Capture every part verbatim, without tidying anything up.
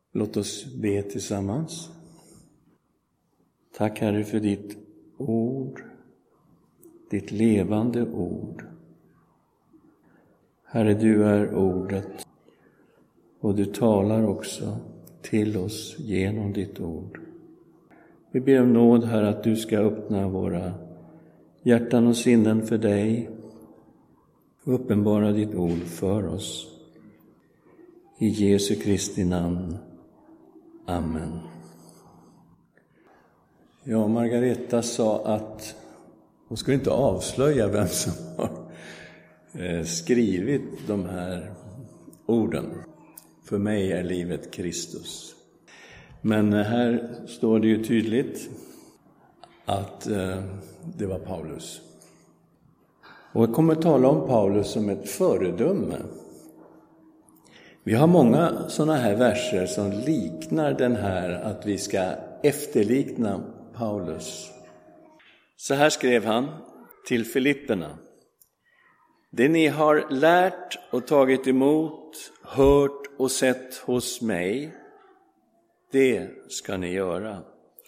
Låt oss be tillsammans. Tack Herre för ditt ord, ditt levande ord. Herre, du är ordet och du talar också till oss genom ditt ord. Vi ber om nåd, Herre, att du ska öppna våra hjärtan och sinnen för dig och uppenbara ditt ord för oss. I Jesu Kristi namn. Amen. Ja, Margareta sa att hon skulle inte avslöja vem som har skrivit de här orden. För mig är livet Kristus. Men här står det ju tydligt att det var Paulus. Och jag kommer att tala om Paulus som ett föredöme. Vi har många sådana här verser som liknar den här, att vi ska efterlikna Paulus. Så här skrev han till Filipperna. Det ni har lärt och tagit emot, hört och sett hos mig, det ska ni göra.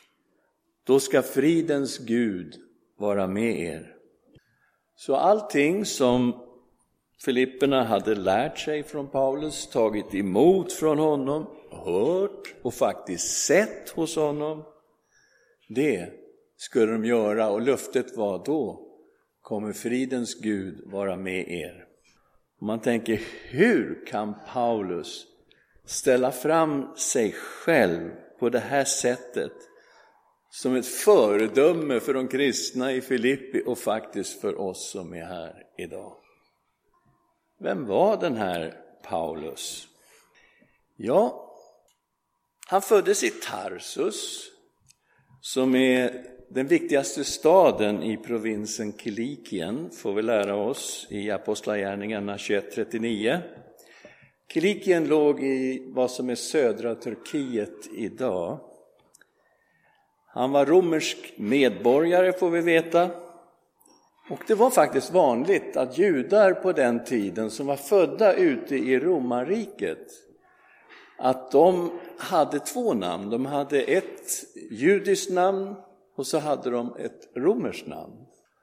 Då ska fridens Gud vara med er. Så allting som Filipperna hade lärt sig från Paulus, tagit emot från honom, hört och faktiskt sett hos honom, det skulle de göra, och löftet var då kommer fridens Gud vara med er. Och man tänker, hur kan Paulus ställa fram sig själv på det här sättet som ett föredöme för de kristna i Filippi och faktiskt för oss som är här idag? Vem var den här Paulus? Ja, han föddes i Tarsus, som är den viktigaste staden i provinsen Kilikien, får vi lära oss i Apostlagärningarna tjugoett trettionio. Kilikien låg i vad som är södra Turkiet idag. Han var romersk medborgare, får vi veta. Och det var faktiskt vanligt att judar på den tiden som var födda ute i romarriket, att de hade två namn. De hade ett judiskt namn och så hade de ett romerskt namn.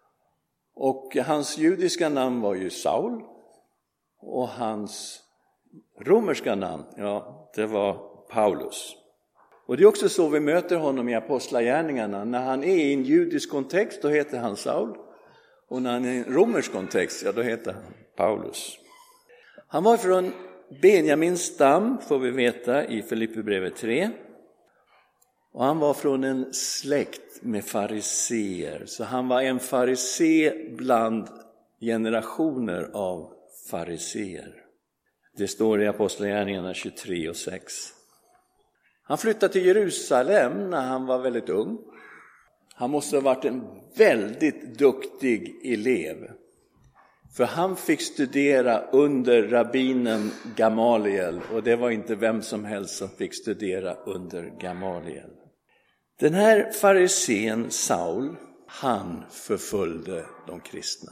Och hans judiska namn var ju Saul, och hans romerska namn, ja, det var Paulus. Och det är också så vi möter honom i Apostlagärningarna. När han är i en judisk kontext, då heter han Saul. Och när han är i en romersk kontext, ja, då heter han Paulus. Han var från Benjamins stam, får vi veta i Filippibrevet tre. Och han var från en släkt med fariseer. Så han var en farisé bland generationer av fariseer. Det står i Apostlagärningarna tjugotre och sex. Han flyttade till Jerusalem när han var väldigt ung. Han måste ha varit en väldigt duktig elev. För han fick studera under rabbinen Gamaliel. Och det var inte vem som helst som fick studera under Gamaliel. Den här farisén Saul, han förföljde de kristna.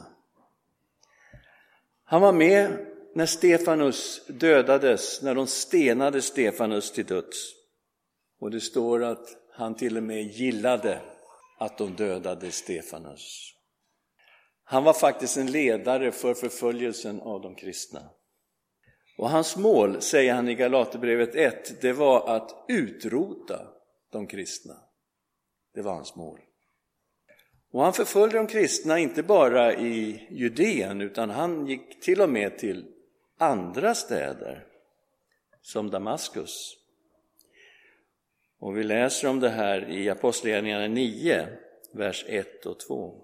Han var med när Stefanus dödades, när de stenade Stefanus till döds. Och det står att han till och med gillade att de dödade Stefanus. Han var faktiskt en ledare för förföljelsen av de kristna. Och hans mål, säger han i Galaterbrevet ett, det var att utrota de kristna. Det var hans mål. Och han förföljde de kristna inte bara i Judeen, utan han gick till och med till andra städer som Damaskus. Och vi läser om det här i Apostlagärningarna nio, vers ett och två.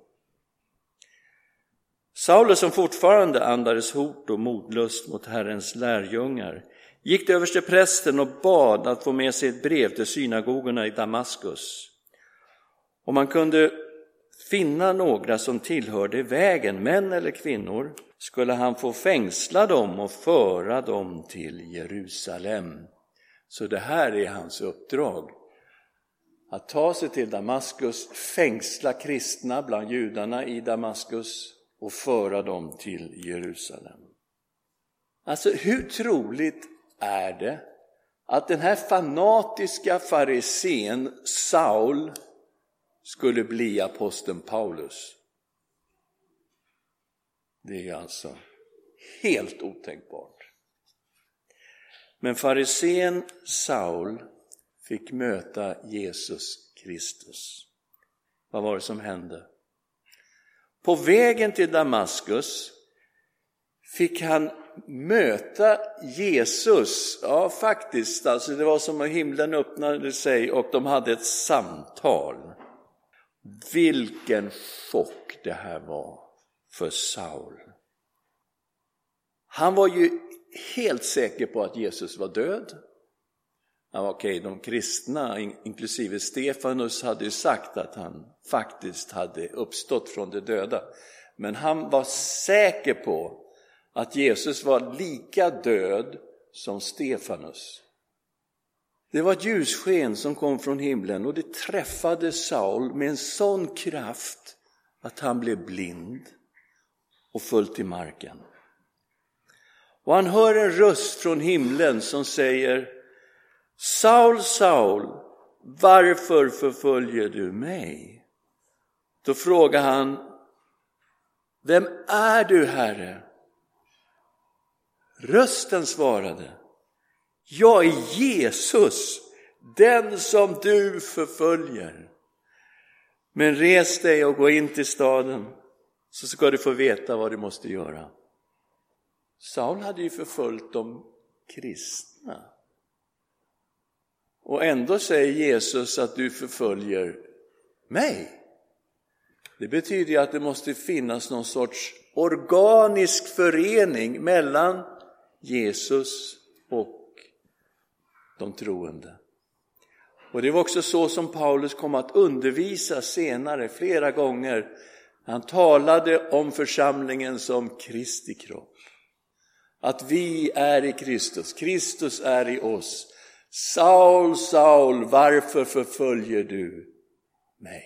Saulus, som fortfarande andades hot och modlust mot Herrens lärjungar, gick till översteprästen och bad att få med sig ett brev till synagogorna i Damaskus. Om man kunde finna några som tillhörde vägen, män eller kvinnor, skulle han få fängsla dem och föra dem till Jerusalem. Så det här är hans uppdrag. Att ta sig till Damaskus, fängsla kristna bland judarna i Damaskus och föra dem till Jerusalem. Alltså, hur troligt är det att den här fanatiska farisén Saul skulle bli aposteln Paulus. Det är alltså helt otänkbart. Men farisén Saul fick möta Jesus Kristus. Vad var det som hände? På vägen till Damaskus fick han möta Jesus. Ja, faktiskt. Alltså det var som att himlen öppnade sig och de hade ett samtal. Vilken chock det här var för Saul. Han var ju helt säker på att Jesus var död. Ja, okej, de kristna, inklusive Stefanus, hade ju sagt att han faktiskt hade uppstått från de döda. Men han var säker på att Jesus var lika död som Stefanus. Det var ett ljussken som kom från himlen och det träffade Saul med en sån kraft att han blev blind och föll till marken. Och han hör en röst från himlen som säger: Saul, Saul, varför förföljer du mig? Då frågar han: vem är du, Herre? Rösten svarade: jag är Jesus, den som du förföljer. Men res dig och gå in till staden, så ska du få veta vad du måste göra. Saul hade ju förföljt de kristna. Och ändå säger Jesus att du förföljer mig. Det betyder att det måste finnas någon sorts organisk förening mellan Jesus och de troende. Och det var också så som Paulus kom att undervisa senare flera gånger. Han talade om församlingen som Kristi kropp. Att vi är i Kristus, Kristus är i oss. Saul, Saul, varför förföljer du mig?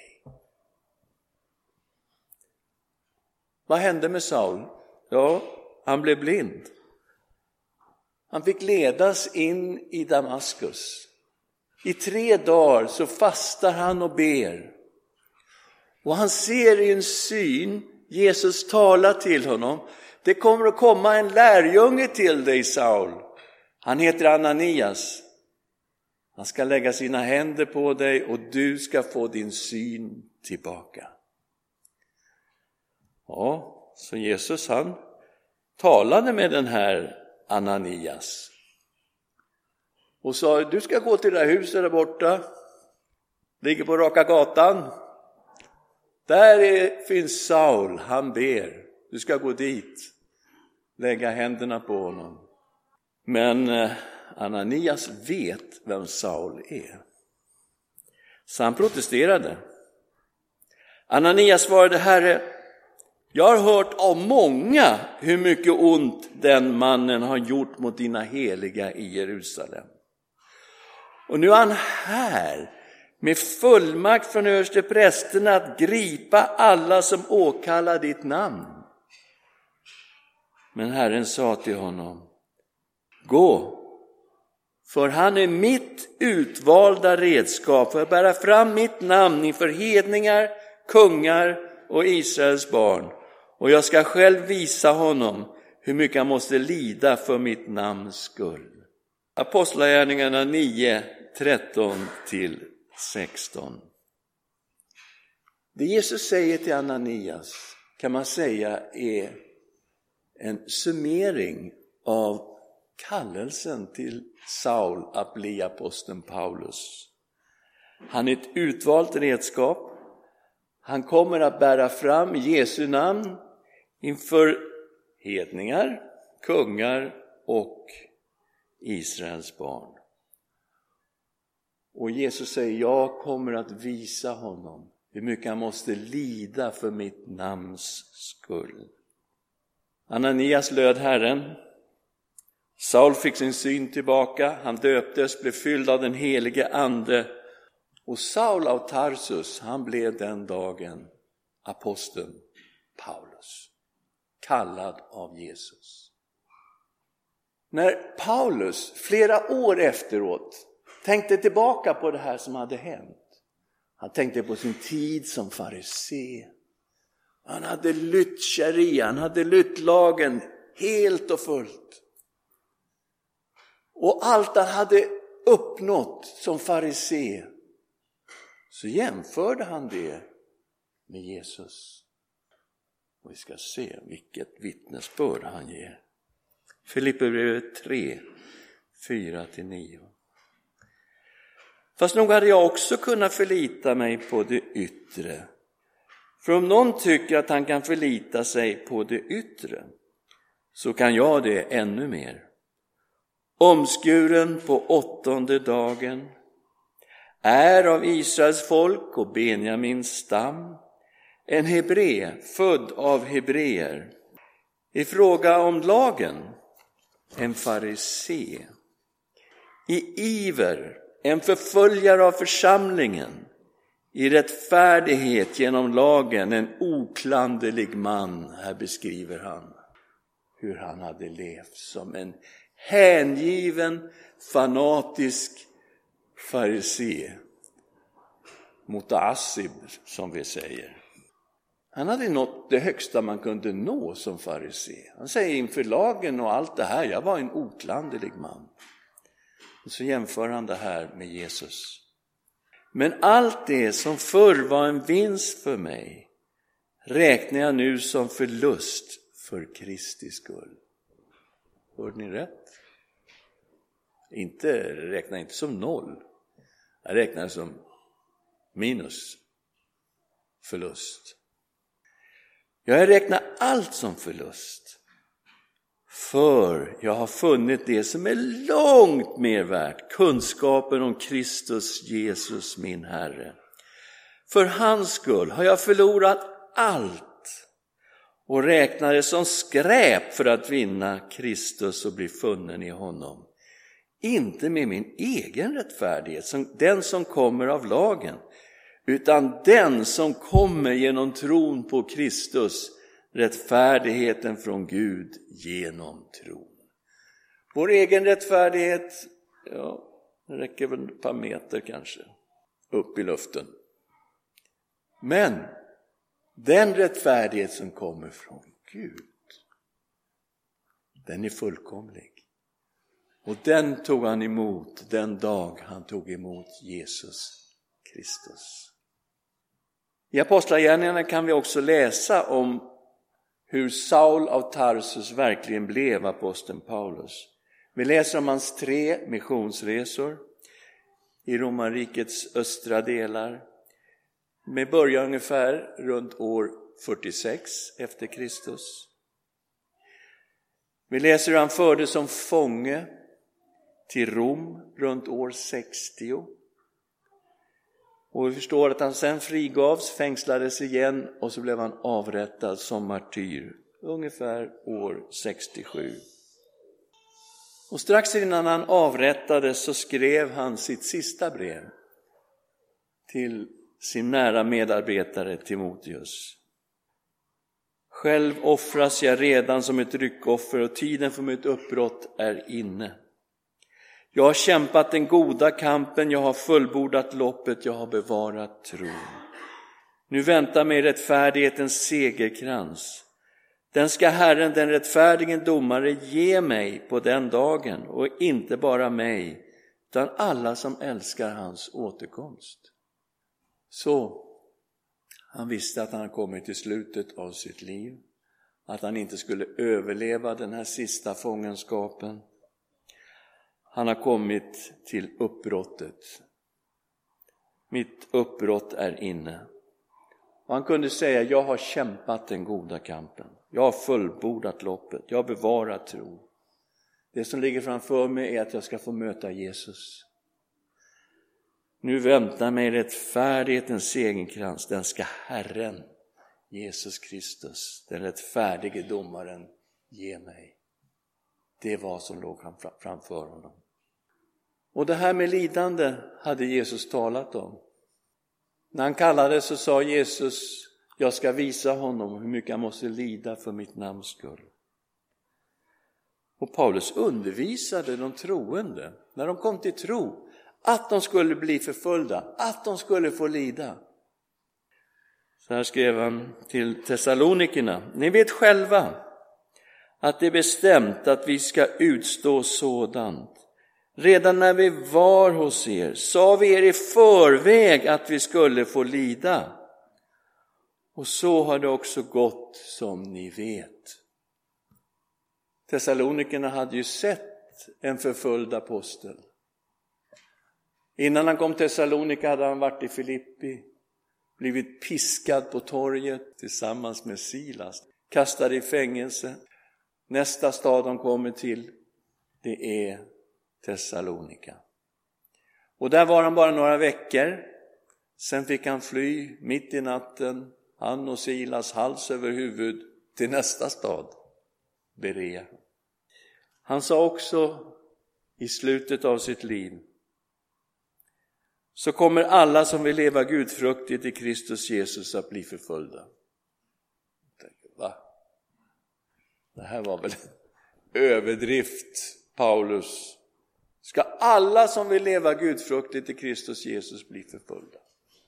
Vad hände med Saul? Ja, han blev blind. Han fick ledas in i Damaskus. I tre dagar så fastar han och ber. Och han ser i en syn Jesus tala till honom: det kommer att komma en lärjunge till dig, Saul. Han heter Ananias. Han ska lägga sina händer på dig och du ska få din syn tillbaka. Ja, så Jesus han talade med den här Ananias och sa: du ska gå till det här huset där borta, ligger på raka gatan. Där är, finns Saul, han ber. Du ska gå dit, lägga händerna på honom. Men eh, Ananias vet vem Saul är. Så han protesterade. Ananias svarade: Herre, jag har hört av många hur mycket ont den mannen har gjort mot dina heliga i Jerusalem. Och nu är han här med fullmakt från översteprästerna att gripa alla som åkallar ditt namn. Men Herren sa till honom: gå, för han är mitt utvalda redskap för att bära fram mitt namn inför hedningar, kungar och Israels barn. Och jag ska själv visa honom hur mycket han måste lida för mitt namns skull. Apostlagärningarna nio, tretton till sexton. Det Jesus säger till Ananias kan man säga är en summering av kallelsen till Saul att bli aposteln Paulus. Han är ett utvalt redskap. Han kommer att bära fram Jesu namn inför hedningar, kungar och Israels barn. Och Jesus säger: jag kommer att visa honom hur mycket han måste lida för mitt namns skull. Ananias löd Herren. Saul fick sin syn tillbaka. Han döptes, blev fylld av den helige ande. Och Saul av Tarsus, han blev den dagen aposteln Paulus, kallad av Jesus. När Paulus flera år efteråt tänkte tillbaka på det här som hade hänt. Han tänkte på sin tid som farisé. Han hade lytt sharia, han hade lytt lagen helt och fullt. Och allt han hade uppnått som farisé, så jämförde han det med Jesus. Och vi ska se vilket vittnesbörd han ger. Filipperbrevet tre, fyra till nio. Fast nog hade jag också kunnat förlita mig på det yttre. För om någon tycker att han kan förlita sig på det yttre, så kan jag det ännu mer. Omskuren på åttonde dagen, är av Israels folk och Benjamins stam, en hebré född av hebreer. I fråga om lagen, en farisé. I iver, en förföljare av församlingen. I rättfärdighet genom lagen, en oklanderlig man. Här beskriver han hur han hade levt som en hängiven, fanatisk farisé. Mutaassib, som vi säger. Han hade nått det högsta man kunde nå som farisé. Han säger inför lagen och allt det här, jag var en oklanderlig man. Och så jämför han det här med Jesus. Men allt det som förr var en vinst för mig, räknar jag nu som förlust för Kristi skull. Hörde ni rätt? Inte, räknar inte som noll. Jag räknar som minus förlust. Jag räknar allt som förlust. För jag har funnit det som är långt mer värt. Kunskapen om Kristus Jesus min Herre. För hans skull har jag förlorat allt. Och räknar det som skräp för att vinna Kristus och bli funnen i honom. Inte med min egen rättfärdighet, som den som kommer av lagen. Utan den som kommer genom tron på Kristus, rättfärdigheten från Gud genom tron. Vår egen rättfärdighet, ja, det räcker väl ett par meter kanske upp i luften. Men den rättfärdighet som kommer från Gud, den är fullkomlig. Och den tog han emot den dag han tog emot Jesus Kristus. I Apostlagärningarna kan vi också läsa om hur Saul av Tarsus verkligen blev aposteln Paulus. Vi läser om hans tre missionsresor i romarrikets östra delar. Med början ungefär runt år fyrtiosex efter Kristus. Vi läser hur han fördes som fånge till Rom runt år sextio. Och vi förstår att han sen frigavs, fängslades igen och så blev han avrättad som martyr ungefär år sextiosju. Och strax innan han avrättades så skrev han sitt sista brev till sin nära medarbetare Timoteus. Själv offras jag redan som ett ryckoffer och tiden för mitt uppbrott är inne. Jag har kämpat den goda kampen, jag har fullbordat loppet, jag har bevarat tron. Nu väntar mig rättfärdighetens segerkrans. Den ska Herren, den rättfärdigen domare, ge mig på den dagen, och inte bara mig, utan alla som älskar hans återkomst. Så han visste att han kommit till slutet av sitt liv, att han inte skulle överleva den här sista fångenskapen. Han har kommit till uppbrottet. Mitt uppbrott är inne. Och han kunde säga, jag har kämpat den goda kampen. Jag har fullbordat loppet. Jag har bevarat tro. Det som ligger framför mig är att jag ska få möta Jesus. Nu väntar mig rättfärdighetens segerkrans. Den ska Herren, Jesus Kristus, den rättfärdige domaren, ge mig. Det var som låg framför honom. Och det här med lidande hade Jesus talat om. När han kallades så sa Jesus, jag ska visa honom hur mycket han måste lida för mitt namns skull. Och Paulus undervisade de troende, när de kom till tro, att de skulle bli förföljda, att de skulle få lida. Så här skrev han till Thessalonikerna: ni vet själva att det är bestämt att vi ska utstå sådant. Redan när vi var hos er sa vi er i förväg att vi skulle få lida. Och så har det också gått, som ni vet. Thessalonikerna hade ju sett en förföljd apostel. Innan han kom till Thessalonika hade han varit i Filippi, blivit piskad på torget tillsammans med Silas, kastad i fängelse. Nästa stad de kommer till, det är Thessalonika. Och där var han bara några veckor. Sen fick han fly mitt i natten, han och Silas, hals över huvud, till nästa stad, Berea. Han sa också i slutet av sitt liv: så kommer alla som vill leva gudfruktigt i Kristus Jesus att bli förföljda. Va? Det här var väl överdrift, Paulus. Ska alla som vill leva gudfruktigt i Kristus Jesus bli förföljda?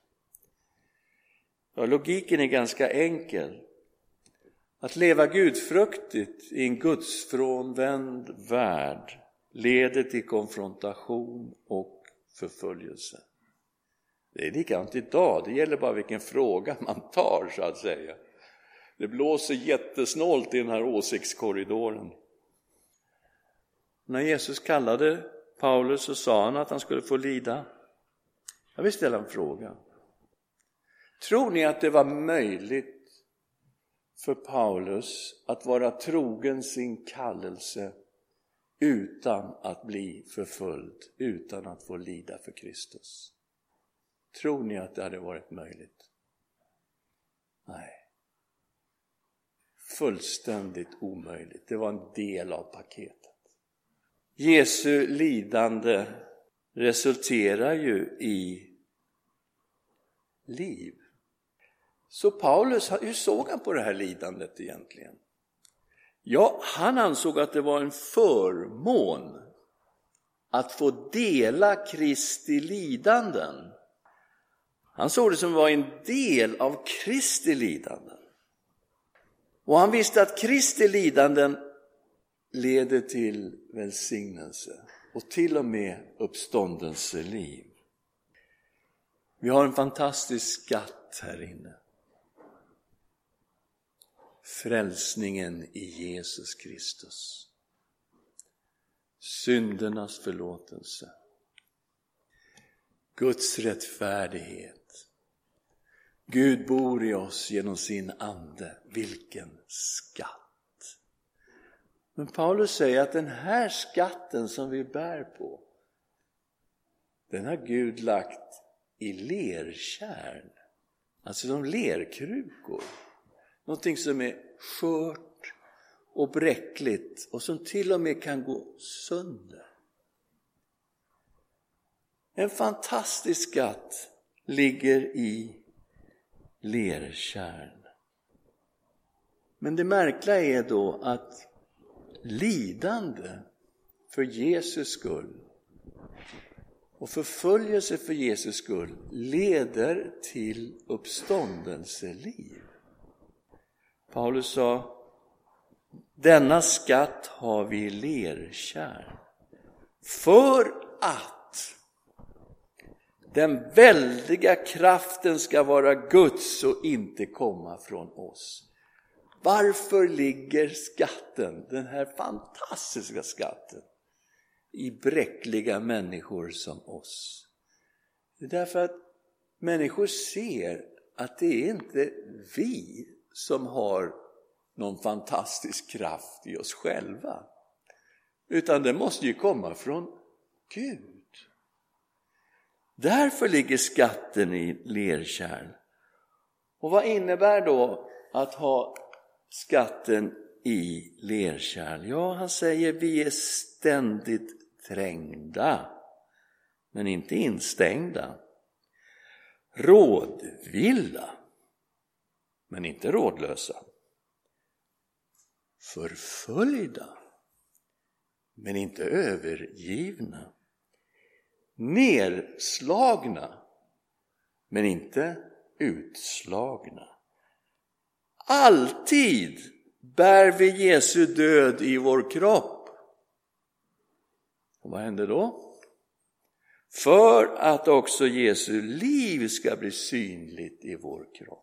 Ja, logiken är ganska enkel. Att leva gudfruktigt i en gudsfrånvänd värld leder till konfrontation och förföljelse. Det är likadant idag. Det gäller bara vilken fråga man tar, så att säga. Det blåser jättesnålt i den här åsiktskorridoren. När Jesus kallade Paulus så sa han att han skulle få lida. Jag vill ställa en fråga. Tror ni att det var möjligt för Paulus att vara trogen sin kallelse utan att bli förföljd, utan att få lida för Kristus? Tror ni att det hade varit möjligt? Nej. Fullständigt omöjligt. Det var en del av paketet. Jesu lidande resulterar ju i liv. Så Paulus, hur såg han på det här lidandet egentligen? Ja, han ansåg att det var en förmån att få dela Kristi lidanden. Han såg det som var en del av Kristi lidanden. Och han visste att Kristi lidanden leder till välsignelse och till och med uppståndelseliv. Vi har en fantastisk skatt här inne. Frälsningen i Jesus Kristus. Syndernas förlåtelse. Guds rättfärdighet. Gud bor i oss genom sin ande. Vilken skatt. Men Paulus säger att den här skatten som vi bär på, den har Gud lagt i lerkärn. Alltså som lerkrukor. Någonting som är skört och bräckligt och som till och med kan gå sönder. En fantastisk skatt ligger i lerkärn. Men det märkliga är då att lidande för Jesus skull och förföljelse för Jesus skull leder till uppståndelseliv. Paulus sa: denna skatt har vi i lerkärn för att den väldiga kraften ska vara Guds och inte komma från oss. Varför ligger skatten, den här fantastiska skatten, i bräckliga människor som oss? Det är därför att människor ser att det är inte vi som har någon fantastisk kraft i oss själva, utan det måste ju komma från Gud. Därför ligger skatten i lerkärn. Och vad innebär då att ha skatten i lerkärn? Ja, han säger vi är ständigt trängda, men inte instängda. Rådvilla, men inte rådlösa. Förföljda, men inte övergivna. Nerslagna, men inte utslagna. Alltid bär vi Jesu död i vår kropp. Och vad händer då? För att också Jesu liv ska bli synligt i vår kropp.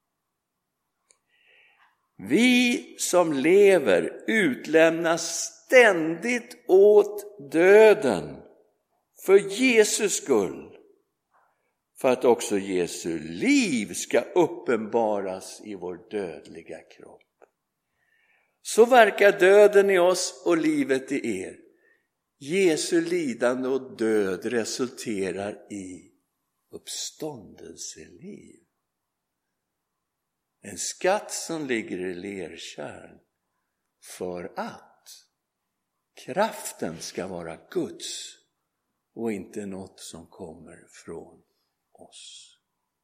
Vi som lever utlämnas ständigt åt döden för Jesus skull, för att också Jesu liv ska uppenbaras i vår dödliga kropp. Så verkar döden i oss och livet i er. Jesu lidande och död resulterar i uppståndelseliv. En skatt som ligger i lerkärl, för att kraften ska vara Guds och inte något som kommer från oss.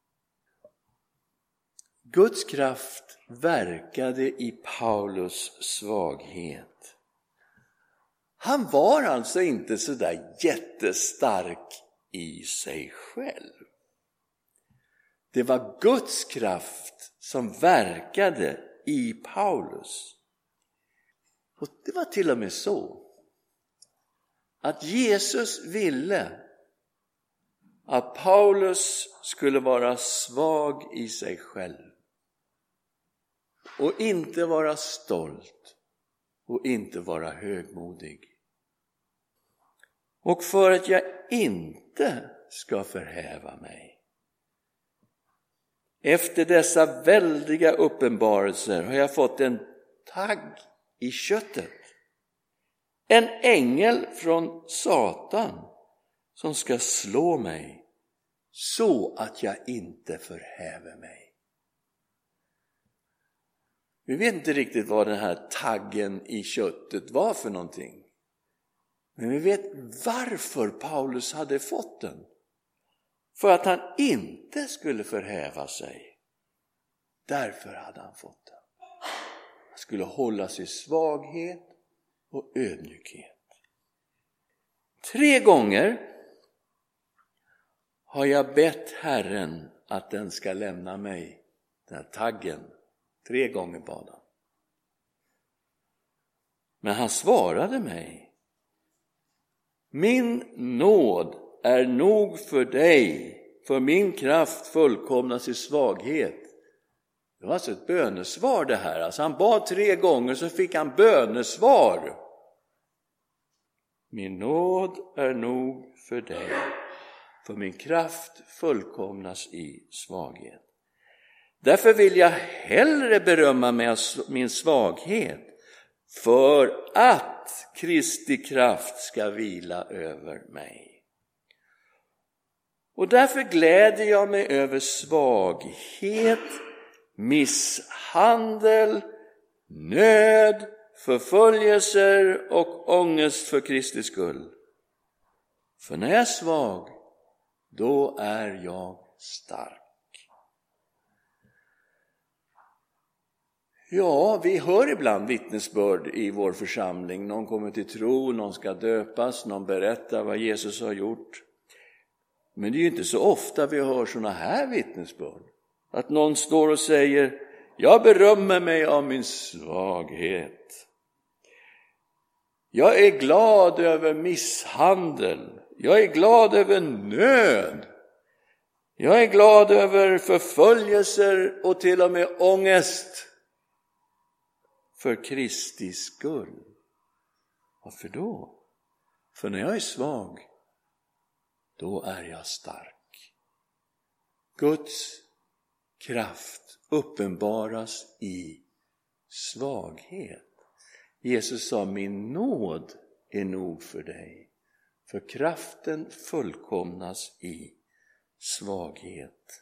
Guds kraft verkade i Paulus svaghet. Han var alltså inte så där jättestark i sig själv. Det var Guds kraft som verkade i Paulus. Och det var till och med så att Jesus ville att Paulus skulle vara svag i sig själv och inte vara stolt och inte vara högmodig. Och för att jag inte ska förhäva mig. Efter dessa väldiga uppenbarelser har jag fått en tagg i köttet. En ängel från Satan som ska slå mig så att jag inte förhäver mig. Vi vet inte riktigt vad den här taggen i köttet var för någonting. Men vi vet varför Paulus hade fått den. För att han inte skulle förhäva sig. Därför hade han fått den. Han skulle hålla sig svaghet och ödmjukhet. Tre gånger har jag bett Herren att den ska lämna mig, den här taggen. Tre gånger bad han. Men han svarade mig: min nåd är nog för dig, för min kraft fullkomnas i svaghet. Det var alltså ett bönesvar det här. Alltså han bad tre gånger, så fick han bönesvar. Min nåd är nog för dig, för min kraft fullkomnas i svaghet. Därför vill jag hellre berömma mig av min svaghet, för att Kristi kraft ska vila över mig. Och därför gläder jag mig över svaghet, misshandel, nöd, förföljelser och ångest för Kristi skull. För när jag är svag, då är jag stark. Ja, vi hör ibland vittnesbörd i vår församling. Någon kommer till tro, någon ska döpas, någon berättar vad Jesus har gjort. Men det är ju inte så ofta vi hör såna här vittnesbörd. Att någon står och säger: jag berömmer mig av min svaghet. Jag är glad över misshandel. Jag är glad över nöd. Jag är glad över förföljelser och till och med ångest. För Kristi skull. Varför då? För när jag är svag, då är jag stark. Guds kraft uppenbaras i svaghet. Jesus sa: min nåd är nog för dig, för kraften fullkomnas i svaghet.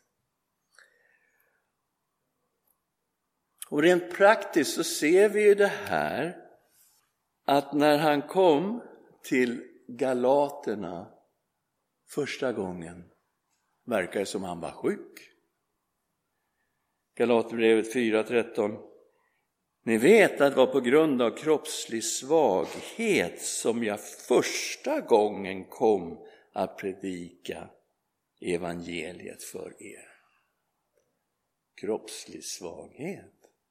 Och rent praktiskt så ser vi ju det här, att när han kom till Galaterna första gången, verkar det som han var sjuk. Galaterbrevet fyra tretton. Ni vet att det var på grund av kroppslig svaghet som jag första gången kom att predika evangeliet för er. Kroppslig svaghet.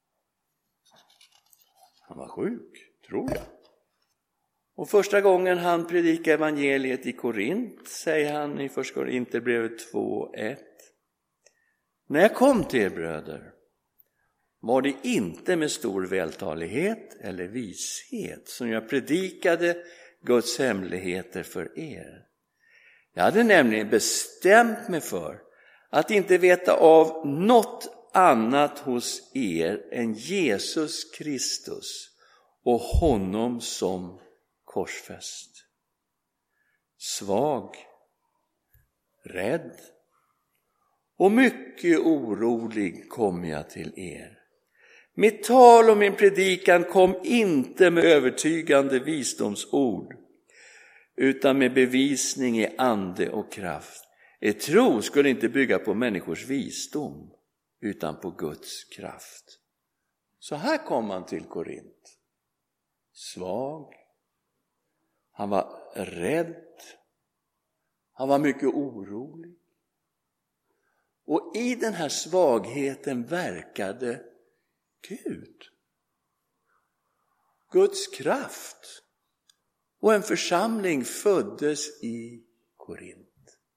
Han var sjuk, tror jag. Och första gången han predikade evangeliet i Korint, säger han i första Korinthierbrevet två ett. När jag kom till er bröder var det inte med stor vältalighet eller vishet som jag predikade Guds hemligheter för er. Jag hade nämligen bestämt mig för att inte veta av något annat hos er än Jesus Kristus och honom som korsfäst. Svag, rädd och mycket orolig kom jag till er. Mitt tal och min predikan kom inte med övertygande visdomsord, utan med bevisning i ande och kraft. Er tro skulle inte bygga på människors visdom, utan på Guds kraft. Så här kom han till Korint. Svag. Han var rädd. Han var mycket orolig. Och i den här svagheten verkade Gud. Guds kraft. Och en församling föddes i Korint.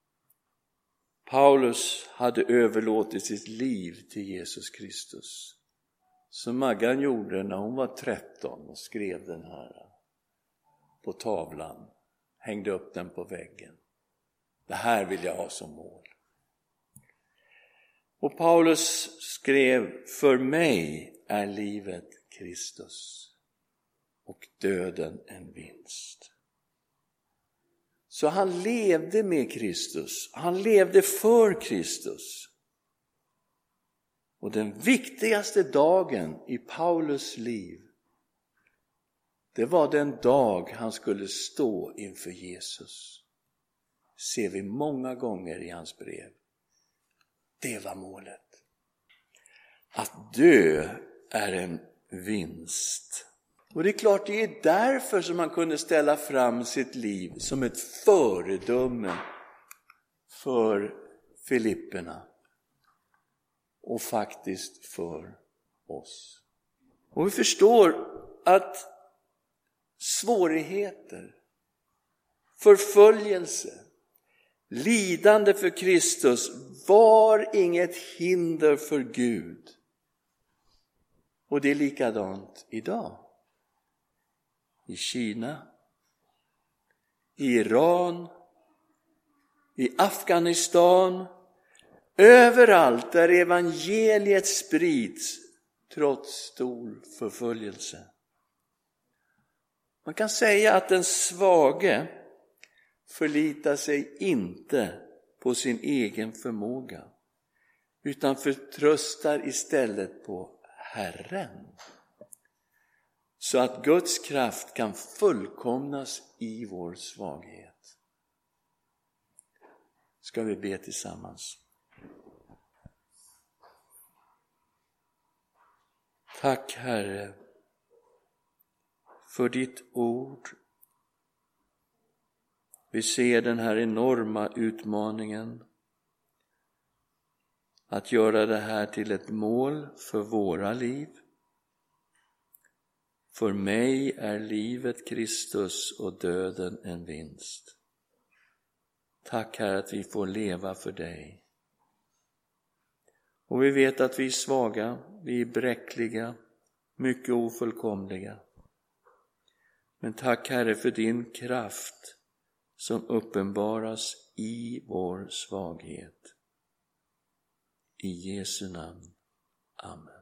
Paulus hade överlåtit sitt liv till Jesus Kristus. Som Maggan gjorde när hon var tretton och skrev den här på tavlan. Hängde upp den på väggen. Det här vill jag ha som mål. Och Paulus skrev, för mig är livet Kristus och döden en vinst. Så han levde med Kristus. Han levde för Kristus. Och den viktigaste dagen i Paulus liv, det var den dag han skulle stå inför Jesus. Ser vi många gånger i hans brev. Det var målet. Att dö är en vinst. Och det är klart, det är därför som man kunde ställa fram sitt liv som ett föredöme för Filipperna. Och faktiskt för oss. Och vi förstår att svårigheter, förföljelse, lidande för Kristus var inget hinder för Gud. Och det är likadant idag. I Kina, i Iran, i Afghanistan, överallt där evangeliet sprids trots stor förföljelse. Man kan säga att den svage förlitar sig inte på sin egen förmåga, utan förtröstar istället på Herren. Så att Guds kraft kan fullkomnas i vår svaghet. Ska vi be tillsammans. Tack Herre för ditt ord. Vi ser den här enorma utmaningen att göra det här till ett mål för våra liv. För mig är livet Kristus och döden en vinst. Tack Herre att vi får leva för dig. Och vi vet att vi är svaga, vi är bräckliga, mycket ofullkomliga. Men tack Herre för din kraft som uppenbaras i vår svaghet. I Jesu namn. Amen.